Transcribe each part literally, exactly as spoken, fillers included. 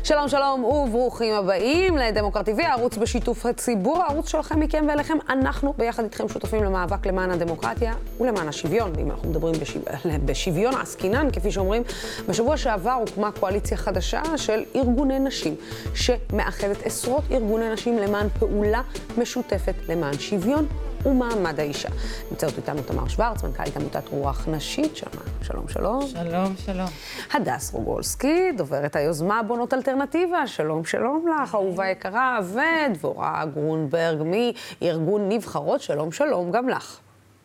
שלום שלום וברוכים הבאים לדמוקרטי וי, הערוץ בשיתוף הציבור, הערוץ שלכם מכם ואליכם. אנחנו ביחד איתכם שותפים למאבק למען הדמוקרטיה ולמען השוויון. אם אנחנו מדברים בשו... בשוויון עסקינן, כפי שאומרים, בשבוע שעבר הוקמה קואליציה חדשה של ארגוני נשים, שמאחדת עשרות ארגוני נשים למען פעולה משותפת למען שוויון ומעמד האישה. נמצאת איתנו תמר שוורץ, מנכ"לית עמותת רוח נשית. שלום, שלום, שלום. שלום, שלום. הדס רוגולסקי, דוברת היוזמה בונות אלטרנטיבה. שלום, שלום לך, אהובה יקרה, ודבורה גרונברג מארגון נבחרות. שלום, שלום, גם לך.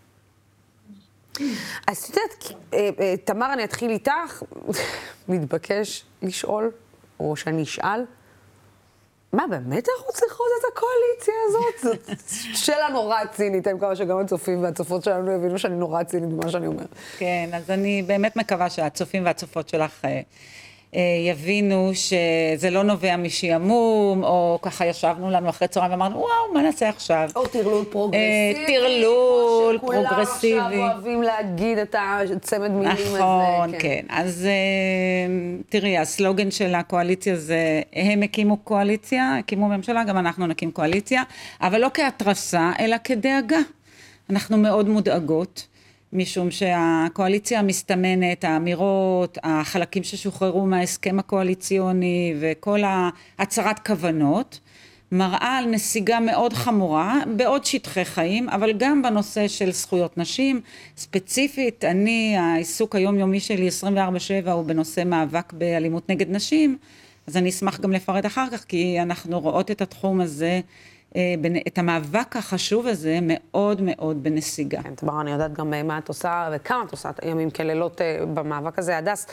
אז תדעת, תמר, אני אתחיל איתך. מתבקש לשאול, או שאני אשאל, מה, באמת אנחנו צריכות את הקואליציה הזאת? זאת שאלה נורא צינית, אני מקווה שגם הצופים והצופות שלנו יבינו שאני נורא צינית במה שאני אומרת. כן, אז אני באמת מקווה שהצופים והצופות שלך אה, אה, יבינו שזה לא נובע משעמום, או ככה ישבנו לנו אחרי צהריים ואמרנו, וואו, מה נעשה עכשיו? או טרלול פרוגרסיבי. אה, טרלול פרוגרסיבי. עכשיו אוהבים להגיד את הצמד מילים הזה. נכון, כן. כן. אז אה, תראי, הסלוגן של הקואליציה זה, הם הקימו קואליציה, הקימו ממשלה, גם אנחנו נקים קואליציה, אבל לא כהתרסה, אלא כדאגה. אנחנו מאוד מודאגות, משום שהקואליציה המסתמנת, האמירות, החלקים ששוחררו מההסכם הקואליציוני וכל הצהרת כוונות, מראה על נסיגה מאוד חמורה בעוד שטחי חיים, אבל גם בנושא של זכויות נשים. ספציפית, אני, העיסוק היומיומי שלי עשרים וארבע שבע הוא בנושא מאבק באלימות נגד נשים, אז אני אשמח גם לפרט אחר כך, כי אנחנו רואות את התחום הזה, את המאבק החשוב הזה מאוד מאוד בנסיגה. כן, תמר, אני יודעת גם מה את עושה וכמה את עושה ימים כלילות במאבק הזה, הדס.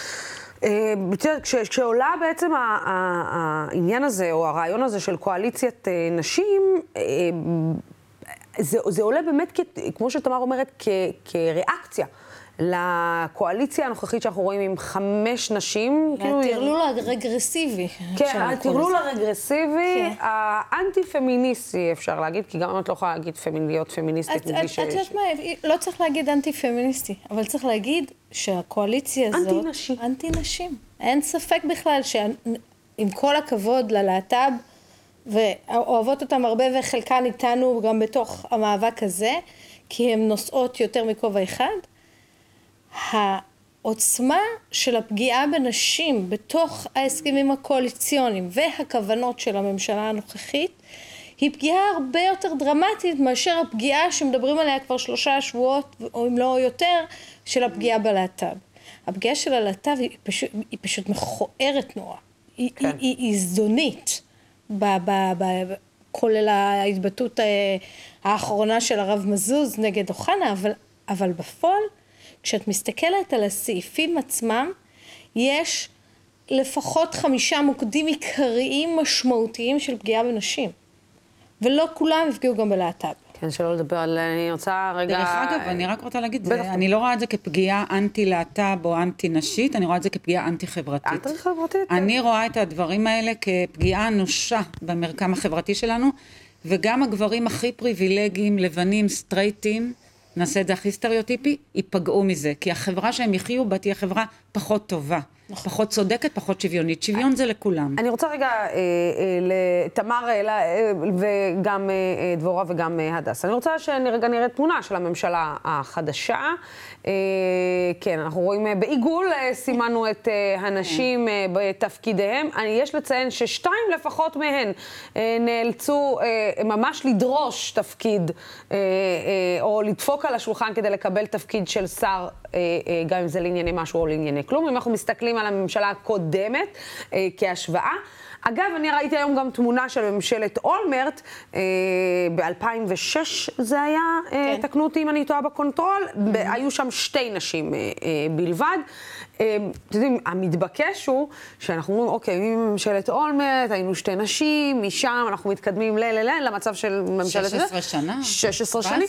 כשעולה בעצם העניין הזה, או הרעיון הזה של קואליציית נשים, זה, זה עולה באמת, כמו שתמר אומרת, כריאקציה לקואליציה הנוכחית שאנחנו רואים עם חמש נשים. הטרלול הרגרסיבי. כן, הטרלול הרגרסיבי, האנטי-פמיניסטי אפשר להגיד, כי גם אם את לא יכולה להגיד להיות פמיניסטית מבלי ש... את יודעת מה, לא צריך להגיד אנטי-פמיניסטי, אבל צריך להגיד שהקואליציה הזאת... אנטי-נשים. אנטי-נשים. אין ספק בכלל שעם כל הכבוד ללהט"ב, ואוהבות אותם הרבה וחלקן איתנו גם בתוך המאבק הזה, כי הן נושאות יותר מכובע אחד, העוצמה של הפגיעה בנשים בתוך ההסכמים הקואליציוניים והכוונות של הממשלה הנוכחית היא פגיעה הרבה יותר דרמטית מאשר הפגיעה שמדברים עליה כבר שלושה שבועות או אם לא יותר של הפגיעה בלהט"ב. הפגיעה של הלהט"ב היא פשוט, היא פשוט מכוערת נורא, היא, כן. היא, היא, היא זדונית, ב, ב, ב, כולל ההתבטאות האחרונה של הרב מזוז נגד אוחנה, אבל, אבל בפועל כשאת מסתכלת על הסעיפים עצמם, יש לפחות חמישה מוקדים עיקריים משמעותיים של פגיעה בנשים. ולא כולם יפגעו גם בלהט"ב. כן, שלא לדבר על... אני רוצה רגע... דרך אגב, אני רק רוצה להגיד, אני לא רואה את זה כפגיעה אנטי-להט"ב או אנטי-נשית, אני רואה את זה כפגיעה אנטי-חברתית. אנטי-חברתית? אני רואה את הדברים האלה כפגיעה אנושה במרקם החברתי שלנו, וגם הגברים הכי פריבילגיים, לבנים, סטרייטים, נעשה את זה הכי סטריאוטיפי, ייפגעו מזה, כי החברה שהם יחיו בה תהיה חברה פחות טובה, נכון. פחות צודקת, פחות שוויונית. שוויון זה לכולם. אני רוצה רגע אה, אה, לתמר אה, אה, וגם אה, דבורה וגם אה, הדס. אני רוצה שרגע נראה תמונה של הממשלה החדשה. אה, כן, אנחנו רואים אה, בעיגול, אה, סימנו את אה, הנשים אה, בתפקידיהם. אני, יש לציין ששתיים לפחות מהן אה, נאלצו אה, ממש לדרוש תפקיד, אה, אה, או לדפוק על השולחן כדי לקבל תפקיד של שר, אה, אה, גם אם זה לענייני משהו או לענייני כלום. אם אנחנו מסתכלים על הממשלה הקודמת אה, כהשוואה. אגב, אני ראיתי היום גם תמונה של ממשלת אולמרט, אה, ב-אלפיים ושש זה היה, כן. אה, תקנו אותי אם אני טועה בקונטרול, mm-hmm. ב- היו שם שתי נשים אה, אה, בלבד. אה, אתם יודעים, המתבקש הוא שאנחנו אומרים, אוקיי, מממשלת אולמרט, היינו שתי נשים, משם אנחנו מתקדמים ל-ל-ל, למצב של ממשלת... שש עשרה שנה. שש עשרה שנים.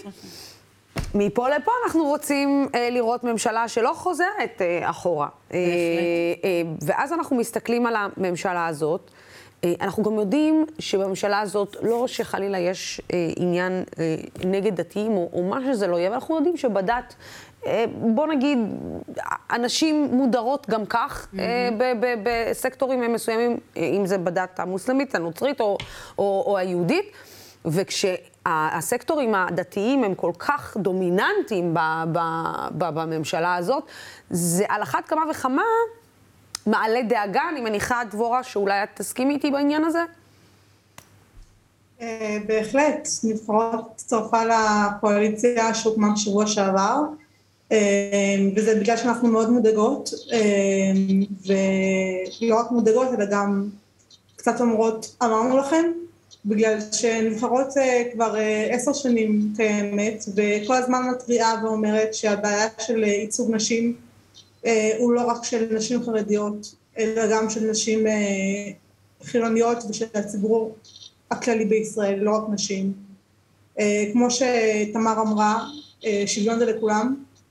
מפה לפה אנחנו רוצים אה, לראות ממשלה שלא חוזרת אה, אחורה. אה, אה, ואז אנחנו מסתכלים על הממשלה הזאת. אה, אנחנו גם יודעים שבממשלה הזאת לא שחלילה יש אה, עניין אה, נגד דתיים או, או מה שזה לא יהיה, אבל אנחנו יודעים שבדת בוא נגיד, אנשים מודרות גם כך mm-hmm. ב- ב- בסקטורים מסוימים, אם זה בדת המוסלמית, הנוצרית או, או, או היהודית, וכשהסקטורים הדתיים הם כל כך דומיננטיים ב- ב- ב- בממשלה הזאת, זה על אחת כמה וכמה מעלה דאגה. אני מניחה, דבורה, שאולי את תסכימי איתי בעניין הזה? בהחלט, נבחרות הצטרפה לקואליציה שהוקמה בשבוע שעבר, וזה בגלל שאנחנו מאוד מודאגות, ולא רק מודאגות אלא גם קצת אומרות אמרנו לכם, בגלל שנבחרות כבר עשר שנים קיימת, וכל הזמן מתריעה ואומרת שהבעיה של ייצוג נשים הוא לא רק של נשים חרדיות, אלא גם של נשים חילוניות ושל הציבור הכללי בישראל, לא רק נשים. כמו שתמר אמרה, שוויון זה לכולם,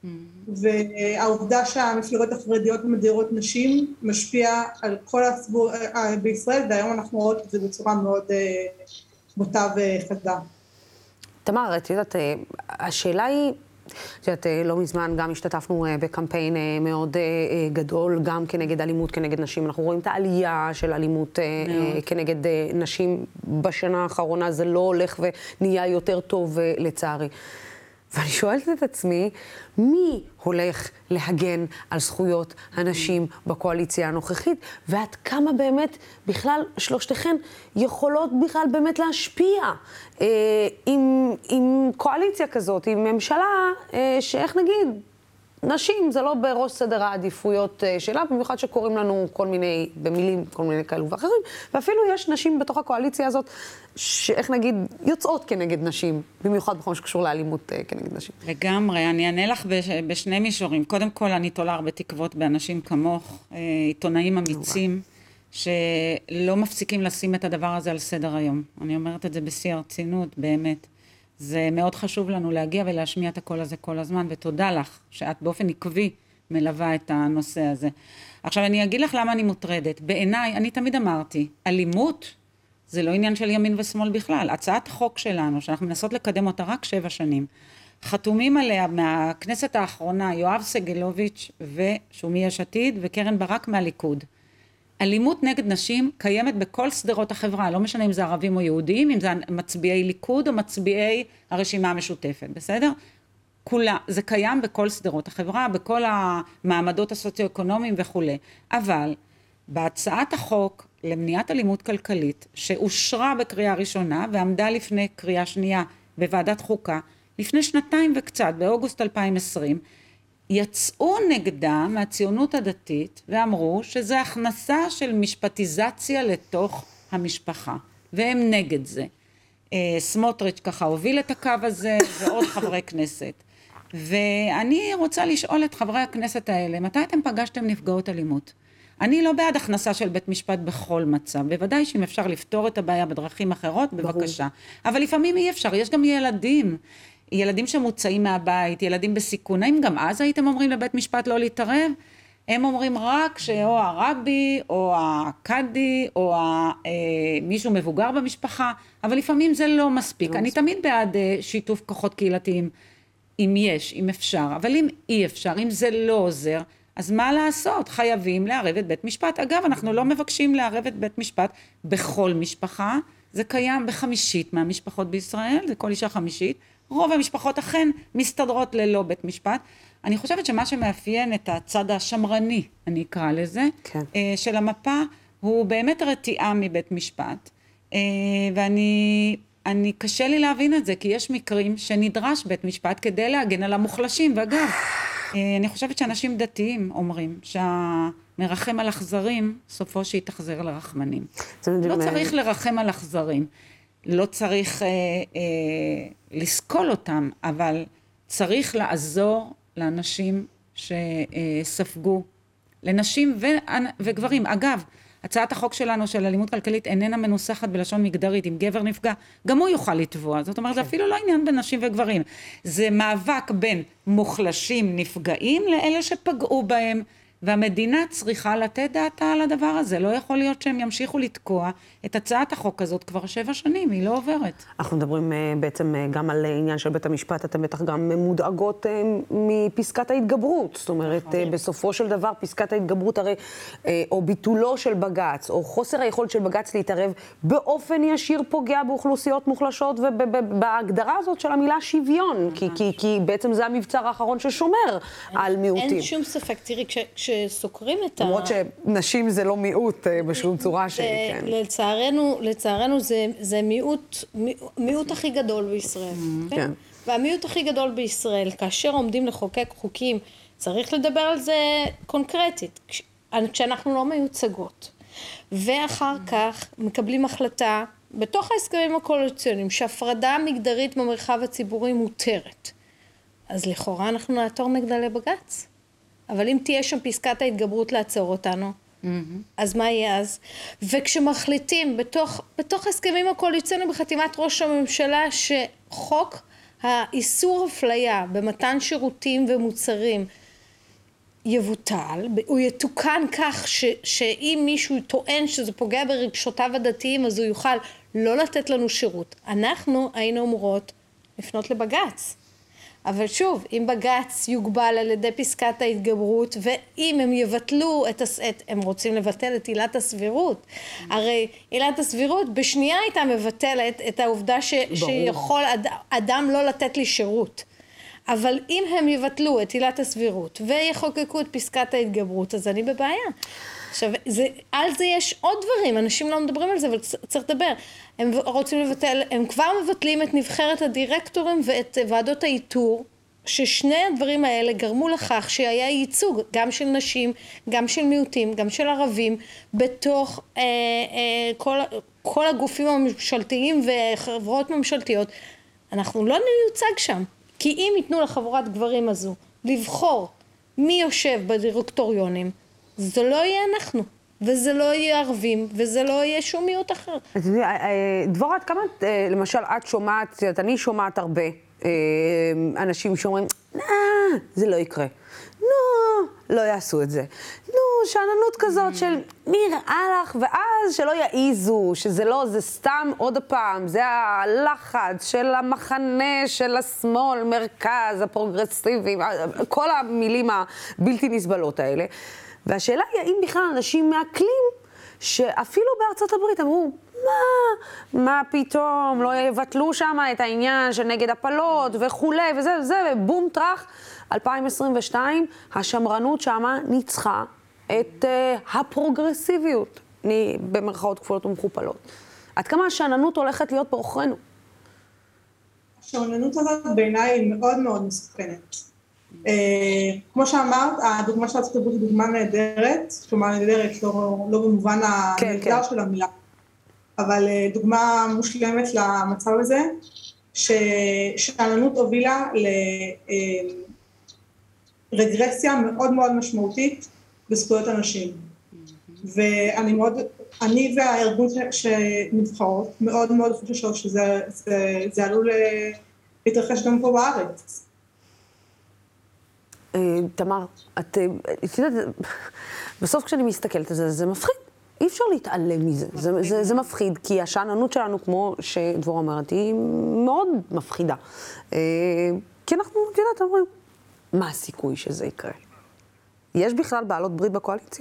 והעובדה שהמפלגות החרדיות מדירות נשים משפיע על כל הציבור בישראל, והיום אנחנו רואות את זה בצורה מאוד בוטה וחדה. תמר, את יודעת, השאלה היא, את יודעת, לא מזמן גם השתתפנו בקמפיין מאוד גדול, גם כנגד אלימות כנגד נשים. אנחנו רואים את העלייה של אלימות כנגד נשים בשנה האחרונה, זה לא הולך ונהיה יותר טוב לצערי. ואני שואלת את עצמי, מי הולך להגן על זכויות הנשים בקואליציה הנוכחית, ועד כמה באמת בכלל שלושתכן יכולות בכלל באמת להשפיע אה, עם, עם קואליציה כזאת, עם ממשלה, אה, שאיך נגיד, נשים זה לא בראש סדר העדיפויות שלה, במיוחד שקוראים לנו כל מיני, במילים, כל מיני כאלו ואחרים, ואפילו יש נשים בתוך הקואליציה הזאת, שאיך נגיד, יוצאות כנגד נשים, במיוחד בכל מה שקשור לאלימות כנגד נשים. לגמרי, אני אענה לך בשני מישורים. קודם כל, אני תולה הרבה תקוות באנשים כמוך, עיתונאים אמיצים, שלא מפסיקים לשים את הדבר הזה על סדר היום. אני אומרת את זה בשיא הרצינות, באמת. זה מאוד חשוב לנו להגיע ולהשמיע את הקול הזה כל הזמן, ותודה לך שאת באופן עקבי מלווה את הנושא הזה. עכשיו אני אגיד לך למה אני מוטרדת. בעיניי, אני תמיד אמרתי, אלימות זה לא עניין של ימין ושמאל בכלל. הצעת החוק שלנו, שאנחנו מנסות לקדם אותה רק שבע שנים, חתומים עליה מהכנסת האחרונה, יואב סגלוביץ' ושהוא מיש עתיד, וקרן ברק מהליכוד. אלימות נגד נשים קיימת בכל סדרות החברה, לא משנה אם זה ערבים או יהודים, אם זה מצביעי ליכוד או מצביעי הרשימה המשותפת, בסדר? כולה, זה קיים בכל סדרות החברה, בכל המעמדות הסוציו-אקונומיים וכו'. אבל בהצעת החוק למניעת אלימות כלכלית, שאושרה בקריאה ראשונה ועמדה לפני קריאה שנייה בוועדת חוקה, לפני שנתיים וקצת, באוגוסט אלפיים ועשרים, יצאו נגדה מהציונות הדתית ואמרו שזה הכנסה של משפטיזציה לתוך המשפחה, והם נגד זה. סמוטריץ' ככה הוביל את הקו הזה ועוד חברי כנסת. ואני רוצה לשאול את חברי הכנסת האלה, מתי אתם פגשתם נפגעות אלימות? אני לא בעד הכנסה של בית משפט בכל מצב, בוודאי שאם אפשר לפתור את הבעיה בדרכים אחרות, בבקשה. אבל לפעמים אי אפשר, יש גם ילדים. ילדים שמוצאים מהבית, ילדים בסיכון, האם גם אז הייתם אומרים לבית משפט לא להתערב? הם אומרים רק שאו הרבי, או הקאדי, או מישהו מבוגר במשפחה, אבל לפעמים זה לא מספיק. לא אני מספיק. תמיד בעד שיתוף כוחות קהילתיים, אם יש, אם אפשר, אבל אם אי אפשר, אם זה לא עוזר, אז מה לעשות? חייבים לערב את בית משפט. אגב, אנחנו לא מבקשים לערב את בית משפט בכל משפחה, זה קיים בחמישית מהמשפחות בישראל, זה כל אישה חמישית, רוב המשפחות אכן מסתדרות ללא בית משפט. אני חושבת שמה שמאפיין את הצד השמרני, אני אקרא לזה, כן. של המפה, הוא באמת רתיעה מבית משפט. ואני אני קשה לי להבין את זה, כי יש מקרים שנדרש בית משפט כדי להגן על המוחלשים. ואגב, אני חושבת שאנשים דתיים אומרים שהמרחם על אכזרים, סופו שיתאכזר לרחמנים. לא צריך לרחם על אכזרים. לא צריך אה, אה, לסקול אותם, אבל צריך לעזור לאנשים שספגו, לנשים ו, וגברים. אגב, הצעת החוק שלנו של אלימות כלכלית איננה מנוסחת בלשון מגדרית, אם גבר נפגע, גם הוא יוכל לתבוע. זאת אומרת, זה אפילו לא עניין בין נשים וגברים. זה מאבק בין מוחלשים נפגעים לאלה שפגעו בהם, והמדינה צריכה לתת דעתה על הדבר הזה. לא יכול להיות שהם ימשיכו לתקוע את הצעת החוק הזאת כבר שבע שנים, היא לא עוברת. אנחנו מדברים בעצם גם על עניין של בית המשפט, אתם בטח גם מודאגות מפסקת ההתגברות. זאת אומרת, בסופו של דבר, פסקת ההתגברות הרי, או ביטולו של בג"ץ, או חוסר היכולת של בג"ץ להתערב, באופן ישיר פוגע באוכלוסיות מוחלשות, ובהגדרה הזאת של המילה שוויון, כי, כי, כי בעצם זה המבצר האחרון ששומר על מיעוטים. אין שום ספק, תראי, כש, כשסוקרים את ה... למרות שנשים זה לא מיעוט בשום צורה ש... כן. לצערנו, לצערנו זה, זה מיעוט, מיעוט הכי גדול בישראל. כן? כן. והמיעוט הכי גדול בישראל, כאשר עומדים לחוקק חוקים, צריך לדבר על זה קונקרטית, כש, כשאנחנו לא מיוצגות. ואחר כך מקבלים החלטה בתוך ההסכמים הקואליציוניים, שהפרדה מגדרית במרחב הציבורי מותרת. אז לכאורה אנחנו נעתור נגדה לבג"ץ. אבל אם תהיה שם פסקת ההתגברות לעצור אותנו, mm-hmm. אז מה יהיה אז? וכשמחליטים בתוך, בתוך הסכמים הקואליציוניים בחתימת ראש הממשלה, שחוק האיסור אפליה במתן שירותים ומוצרים יבוטל, הוא יתוקן כך ש, שאם מישהו טוען שזה פוגע ברגשותיו הדתיים, אז הוא יוכל לא לתת לנו שירות. אנחנו היינו אמורות לפנות לבג"ץ. אבל שוב, אם בג"ץ יוגבל על ידי פסקת ההתגברות, ואם הם יבטלו את, את הם רוצים לבטל את עילת הסבירות, הרי עילת הסבירות בשנייה הייתה מבטלת את העובדה ש, שיכול אד, אדם לא לתת לי שירות. אבל אם הם יבטלו את עילת הסבירות ויחוקקו את פסקת ההתגברות, אז אני בבעיה. עכשיו, זה, על זה יש עוד דברים, אנשים לא מדברים על זה, אבל צריך לדבר. הם רוצים לבטל, הם כבר מבטלים את נבחרת הדירקטורים ואת ועדות האיתור, ששני הדברים האלה גרמו לכך שהיה ייצוג, גם של נשים, גם של מיעוטים, גם של ערבים, בתוך אה, אה, כל, כל הגופים הממשלתיים וחברות ממשלתיות. אנחנו לא מיוצג שם, כי אם ייתנו לחבורת גברים הזו לבחור מי יושב בדירקטוריונים, זה לא יהיה אנחנו, וזה לא יהיה ערבים, וזה לא יהיה שום מיעוט אחר. דבורה, עד כמה, למשל, את שומעת, אני שומעת הרבה אנשים שאומרים, נה, זה לא יקרה. נו, לא יעשו את זה. נו, שאננות כזאת של נראה לך, ואז שלא יעיזו, שזה לא, זה סתם עוד הפעם, זה הלחץ של המחנה, של השמאל, מרכז, הפרוגרסיבי, כל המילים הבלתי נסבלות האלה. והשאלה היא, האם בכלל אנשים מעכלים שאפילו בארצות הברית אמרו, מה, מה פתאום, לא יבטלו שם את העניין של נגד הפלות וכולי, וזה, וזה, ובום טרח, אלפיים עשרים ושתיים, השמרנות שמה ניצחה את uh, הפרוגרסיביות, אני במרכאות כפולות ומכופלות. עד כמה השאננות הולכת להיות בעוכרינו? השאננות הזאת בעיניי היא מאוד מאוד מסוכנת. Uh, כמו שאמרת, הדוגמה של ארצות הברית היא דוגמה נהדרת, כלומר נהדרת לא, לא במובן כן, הנהדר כן. של המילה, אבל uh, דוגמה מושלמת למצב הזה, ששאננות הובילה לרגרסיה מאוד מאוד משמעותית בזכויות אנשים. ואני מאוד, אני והארגון שנבחרות מאוד מאוד חוששות שזה זה, זה עלול להתרחש גם פה בארץ. תמר, את יודעת, בסוף כשאני מסתכלת על זה, זה מפחיד. אי אפשר להתעלם מזה. זה, זה, זה מפחיד, כי השאננות שלנו, כמו שדבורה אומרת, היא מאוד מפחידה. כי אנחנו, את יודעת, אומרים, מה הסיכוי שזה יקרה? יש בכלל בעלות ברית בקואליציה?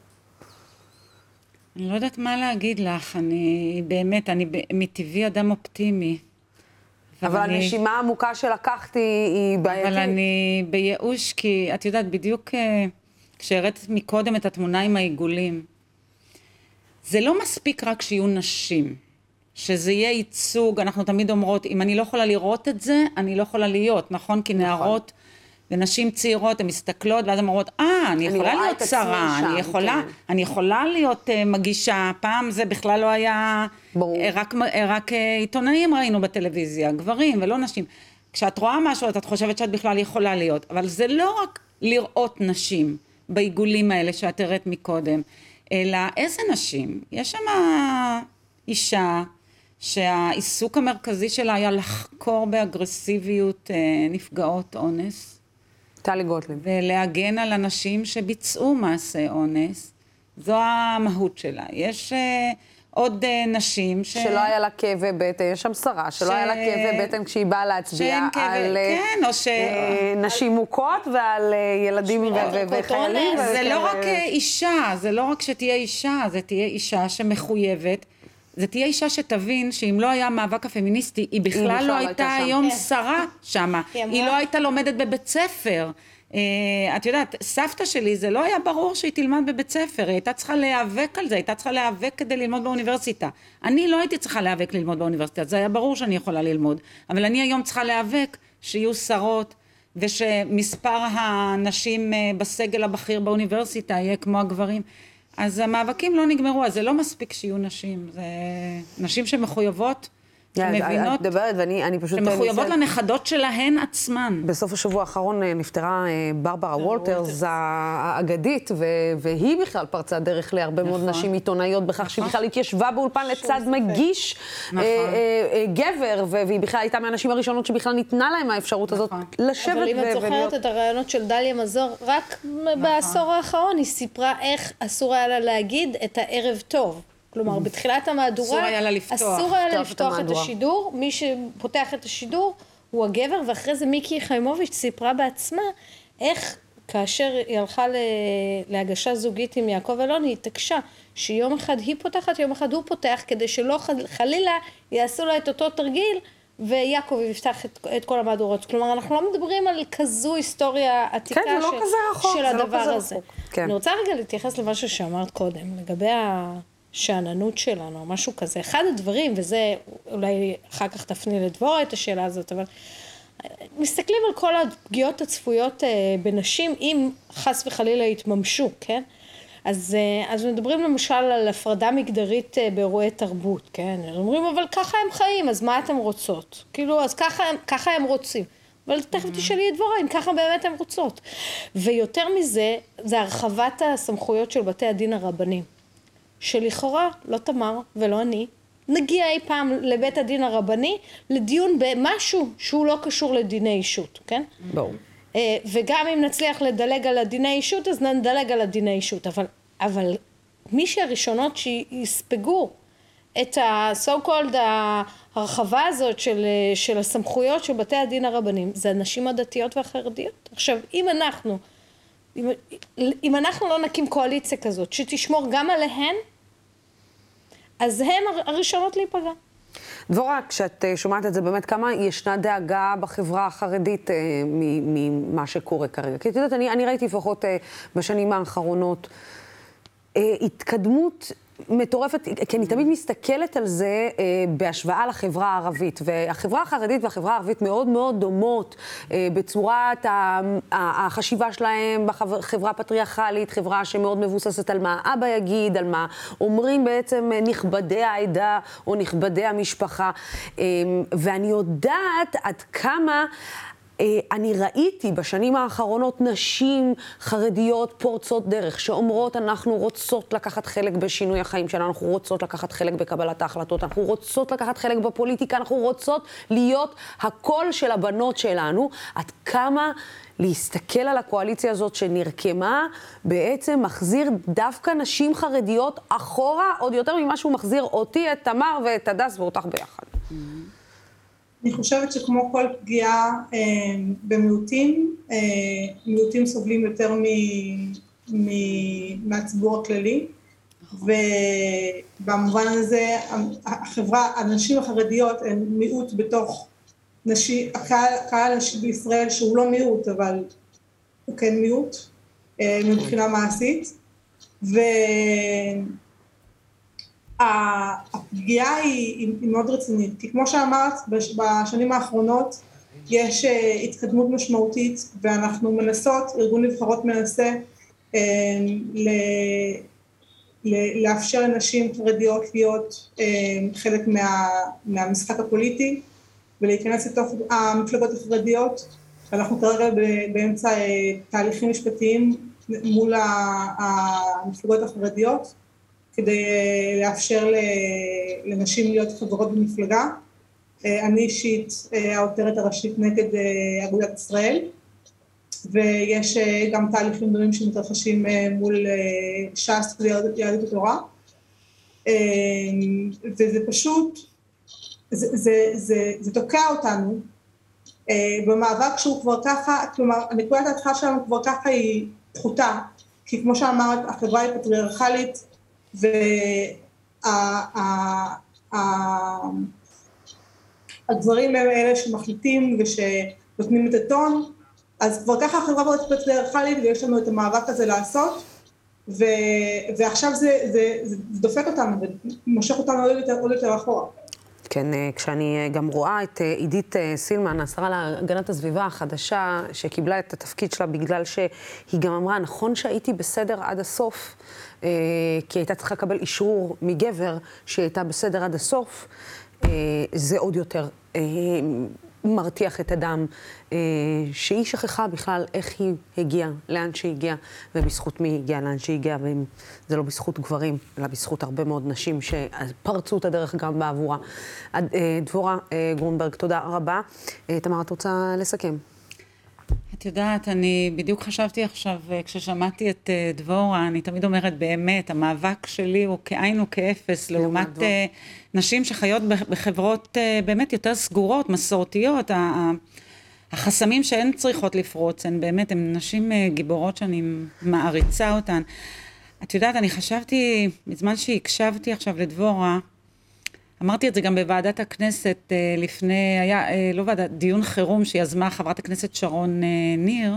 אני לא יודעת מה להגיד לך, אני באמת, אני מטבעי אדם אופטימי. אבל אני... הנשימה העמוקה שלקחתי היא בעייתית. אבל אני בייאוש, כי את יודעת, בדיוק כשהראית מקודם את התמונה עם העיגולים, זה לא מספיק רק שיהיו נשים, שזה יהיה ייצוג, אנחנו תמיד אומרות, אם אני לא יכולה לראות את זה, אני לא יכולה להיות, נכון? כי נערות ונשים צעירות, הן מסתכלות, ואז הן אומרות, אה, אני יכולה להיות שרה, אני יכולה, אני יכולה להיות מגישה, פעם זה בכלל לא היה, רק, רק עיתונאים ראינו בטלוויזיה, גברים ולא נשים. כשאת רואה משהו, את חושבת שאת בכלל יכולה להיות, אבל זה לא רק לראות נשים בעיגולים האלה שאת הראית מקודם, אלא איזה נשים? יש שם אישה שהעיסוק המרכזי שלה היה לחקור באגרסיביות נפגעות אונס. טלי גוטליב. ולהגן על אנשים שביצעו מעשה אונס, זו המהות שלה. יש uh, עוד uh, נשים ש... שלא היה לה כאבי בטן, יש שם שרה, שלא ש... היה לה כאבי בטן כשהיא באה להצביע על כן, או ש... נשים מוכות ועל ילדים ו... וחיילים. זה לא רק אישה, זה לא רק שתהיה אישה, זה תהיה אישה שמחויבת, זה תהיה אישה שתבין שאם לא היה מאבק הפמיניסטי, היא בכלל, היא בכלל לא הייתה שם. היום כן. שרה שמה, היא, היא לא הייתה לומדת בבית ספר. Uh, את יודעת, סבתא שלי, זה לא היה ברור שהיא תלמד בבית ספר, היא הייתה צריכה להיאבק על זה, היא הייתה צריכה להיאבק כדי ללמוד באוניברסיטה. אני לא הייתי צריכה להיאבק ללמוד באוניברסיטה, זה היה ברור שאני יכולה ללמוד, אבל אני היום צריכה להיאבק שיהיו שרות, ושמספר הנשים בסגל הבכיר באוניברסיטה יהיה כמו הגברים. אז המאבקים לא נגמרו, אז זה לא מספיק שיהיו נשים, זה נשים שמחויבות, שמבינות, שמחויבות לנכדות שלהן עצמן. בסוף השבוע האחרון נפטרה ברברה וולטרס האגדית, והיא בכלל פרצה דרך להרבה מאוד נשים עיתונאיות, בכך שהיא בכלל התיישבה באולפן לצד מגיש גבר, והיא בכלל הייתה מהנשים הראשונות שבכלל ניתנה להם האפשרות הזאת לשבת. אבל אם את זוכרת את הרעיונות של דליה מזור, רק בעשור האחרון היא סיפרה איך אסור היה לה להגיד את הערב טוב. כלומר, בתחילת המהדורה, אסור היה לה לפתוח, אסור היה לה לפתוח את השידור, מי שפותח את השידור הוא הגבר, ואחרי זה מיקי חיימוביץ' סיפרה בעצמה, איך כאשר היא הלכה להגשה זוגית עם יעקב אלון, היא התעקשה שיום אחד היא פותחת, יום אחד הוא פותח, כדי שלא חלילה יעשו לה את אותו תרגיל, ויעקב יפתח את, את כל המהדורות. כלומר, אנחנו לא מדברים על כזו היסטוריה עתיקה כן, ש, לא כזה רחוק, של הדבר לא הזה. כן. אני רוצה רגע להתייחס למשהו שאמרת קודם, לגבי ה... שאננות שלנו, משהו כזה. אחד הדברים, וזה אולי אחר כך תפני לדבורה את השאלה הזאת, אבל מסתכלים על כל הפגיעות הצפויות בנשים, אם חס וחלילה יתממשו, כן? אז, אז מדברים למשל על הפרדה מגדרית באירועי תרבות, כן? אומרים, אבל ככה הם חיים, אז מה אתם רוצות? כאילו, אז ככה הם, ככה הם רוצים. אבל תכף תשאלי את דבורה, אם ככה באמת הם רוצות. ויותר מזה, זה הרחבת הסמכויות של בתי הדין הרבניים. שלכאורה, לא תמר ולא אני, נגיע אי פעם לבית הדין הרבני, לדיון במשהו שהוא לא קשור לדיני אישות, כן? ברור. וגם אם נצליח לדלג על הדיני אישות, אז נדלג על הדיני אישות. אבל, אבל מי שהראשונות שיספגו את ה-so called ההרחבה הזאת של, של הסמכויות של בתי הדין הרבניים, זה הנשים הדתיות והחרדיות. עכשיו, אם אנחנו, אם, אם אנחנו לא נקים קואליציה כזאת, שתשמור גם עליהן, אז הם הראשונות להיפגע. דבורה, כשאת שומעת את זה, באמת כמה ישנה דאגה בחברה החרדית ממה שקורה כרגע? כי את יודעת, אני, אני ראיתי לפחות בשנים האחרונות התקדמות מטורפת, כי אני תמיד מסתכלת על זה אה, בהשוואה לחברה הערבית, והחברה החרדית והחברה הערבית מאוד מאוד דומות אה, בצורת החשיבה שלהם בחברה פטריארכלית, חברה שמאוד מבוססת על מה האבא יגיד, על מה אומרים בעצם נכבדי העדה או נכבדי המשפחה, אה, ואני יודעת עד כמה אני ראיתי בשנים האחרונות נשים חרדיות פורצות דרך, שאומרות אנחנו רוצות לקחת חלק בשינוי החיים שלנו, אנחנו רוצות לקחת חלק בקבלת ההחלטות, אנחנו רוצות לקחת חלק בפוליטיקה, אנחנו רוצות להיות הקול של הבנות שלנו. עד כמה להסתכל על הקואליציה הזאת שנרקמה, בעצם מחזיר דווקא נשים חרדיות אחורה, עוד יותר ממה שהוא מחזיר אותי, את תמר ואת הדס ואותך ביחד. אני חושבת שכמו כל פגיעה אה, במיעוטים, אה, מיעוטים סובלים יותר מ, מ, מהציבור הכללי, ובמובן הזה החברה, הנשים החרדיות הן מיעוט בתוך נשים, הקהל, הקהל הנשים בישראל שהוא לא מיעוט, אבל הוא כן מיעוט אה, מבחינה מעשית, ו... הפגיעה היא, היא מאוד רצינית, כי כמו שאמרת, בשנים האחרונות יש התקדמות משמעותית, ואנחנו מנסות, ארגון נבחרות מנסה ל, ל, לאפשר לנשים חרדיות להיות חלק מה, מהמשחק הפוליטי, ולהיכנס לתוך המפלגות החרדיות. אנחנו כרגע באמצע תהליכים משפטיים מול המפלגות החרדיות, כדי לאפשר לנשים להיות חברות במפלגה. אני אישית העותרת הראשית נגד אגודת ישראל, ויש גם תהליכים דומים שמתרחשים מול ש"ס ויהדות התורה. וזה פשוט, זה, זה, זה, זה תוקע אותנו במאבק שהוא כבר ככה, כלומר, נקודת ההתחלה שלנו כבר ככה היא פחותה, כי כמו שאמרת, החברה היא פטריארכלית, והדברים הם אלה שמחליטים ושנותנים את הטון, אז כבר ככה החברה פטריארכלית ויש לנו את המאבק הזה לעשות, ו, ועכשיו זה, זה, זה דופק אותנו ומושך אותנו עוד יותר, עוד יותר אחורה. כן, כשאני גם רואה את עידית סילמן, השרה להגנת הסביבה החדשה, שקיבלה את התפקיד שלה בגלל שהיא גם אמרה, נכון שהייתי בסדר עד הסוף, כי הייתה צריכה לקבל אישור מגבר שהיא הייתה בסדר עד הסוף, זה עוד יותר מרתיח את הדם, שהיא שכחה בכלל איך היא הגיעה, לאן שהיא הגיעה, ובזכות מי היא הגיעה, לאן שהיא הגיעה, וזה לא בזכות גברים, אלא בזכות הרבה מאוד נשים שפרצו את הדרך גם בעבורה. דבורה גרונברג, תודה רבה. תמר, את רוצה לסכם? את יודעת, אני בדיוק חשבתי עכשיו, כששמעתי את דבורה, אני תמיד אומרת באמת, המאבק שלי הוא כאין וכאפס, לעומת נשים שחיות בחברות באמת יותר סגורות, מסורתיות, החסמים שהן צריכות לפרוץ, הן באמת, הן נשים גיבורות שאני מעריצה אותן. את יודעת, אני חשבתי, בזמן שהקשבתי עכשיו לדבורה, אמרתי את זה גם בוועדת הכנסת לפני, היה לא ועדת, דיון חירום שיזמה חברת הכנסת שרון ניר,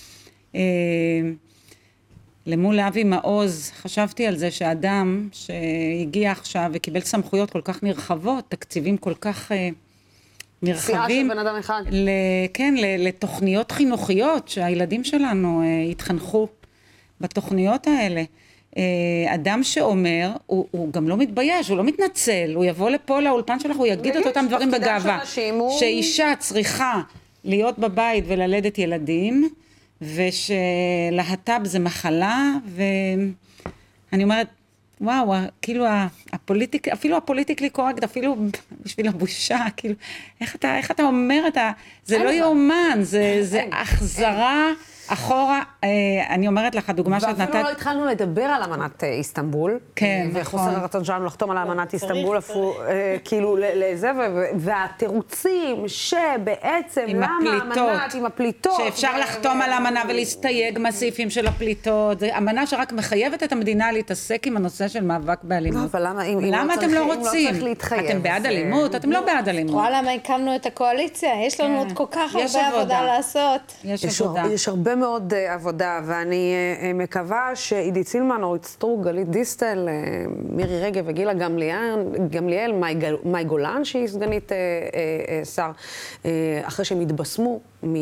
למול אבי מעוז, חשבתי על זה שאדם שהגיע עכשיו וקיבל סמכויות כל כך נרחבות, תקציבים כל כך נרחבים, סיעה של בן אדם אחד. ל, כן, לתוכניות חינוכיות, שהילדים שלנו התחנכו בתוכניות האלה. אדם שאומר, הוא, הוא גם לא מתבייש, הוא לא מתנצל, הוא יבוא לפה לאולפן שלך, הוא יגיד את אותם דברים בגאווה, שאישה צריכה להיות בבית וללדת ילדים, ושלהט"ב זה מחלה, ואני אומרת, וואו, כאילו הפוליטיק, אפילו הפוליטיקלי קורקט, אפילו בשביל הבושה, כאילו, איך אתה, איך אתה אומר את ה... זה לא יאומן, זה, זה החזרה אחורה, אני אומרת לך, הדוגמה שאת נתת... ואפילו לא התחלנו לדבר על אמנת איסטנבול, כן, נכון. וחוסר הרצון שלנו לחתום על אמנת איסטנבול, כאילו לזה, והתירוצים שבעצם, למה אמנת עם הפליטות... שאפשר לחתום על אמנה ולהסתייג מהסעיפים של הפליטות, זה אמנה שרק מחייבת את המדינה להתעסק עם הנושא של מאבק באלימות. אבל למה למה אתם לא רוצים? אתם בעד אלימות? אתם לא בעד אלימות. וואלה, מה הקמנו את הקואליציה? יש לנו עוד כל כך הרבה עבודה לעשות. יש עבודה. יש הרבה מאוד עבודה, ואני מקווה שעידית סילמן, אורית סטרוק, גלית דיסטל, מירי רגב וגילה גמליאל, מאי גולן, שהיא סגנית שר, אחרי שהם התבשמו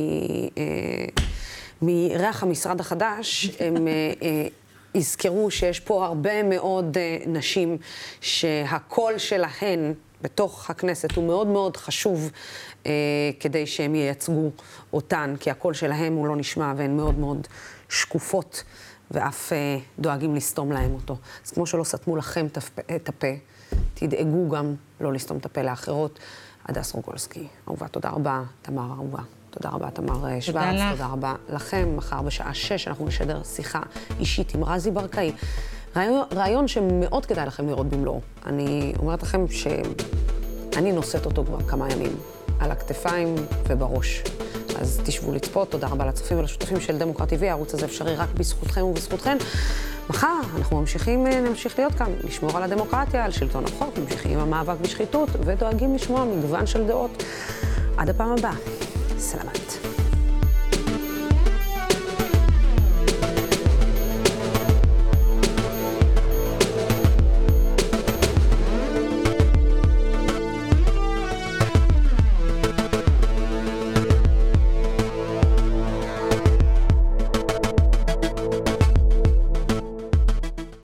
מריח המשרד החדש, הם יזכרו שיש פה הרבה מאוד נשים שהקול שלהן בתוך הכנסת הוא מאוד מאוד חשוב אה, כדי שהם ייצגו אותן, כי הקול שלהם הוא לא נשמע והן מאוד מאוד שקופות ואף אה, דואגים לסתום להם אותו. אז כמו שלא סתמו לכם את הפה, תדאגו גם לא לסתום את הפה לאחרות. הדס רוגולסקי, אהובה, תודה רבה, תמר אהובה. תודה רבה, תמר שוורץ, תודה רבה לכם. מחר בשעה שש אנחנו נשדר שיחה אישית עם רזי ברקאי. רעיון, רעיון שמאוד כדאי לכם לראות במלואו. אני אומרת לכם שאני נושאת אותו כבר כמה ימים, על הכתפיים ובראש. אז תשבו לצפות, תודה רבה לצופים ולשותפים של דמוקרט טי וי, הערוץ הזה אפשרי רק בזכותכם ובזכותכם. מחר אנחנו ממשיכים, נמשיך להיות כאן, לשמור על הדמוקרטיה, על שלטון החוק, ממשיכים עם המאבק בשחיתות ודואגים לשמוע מגוון של דעות. עד הפעם הבאה, סלמת.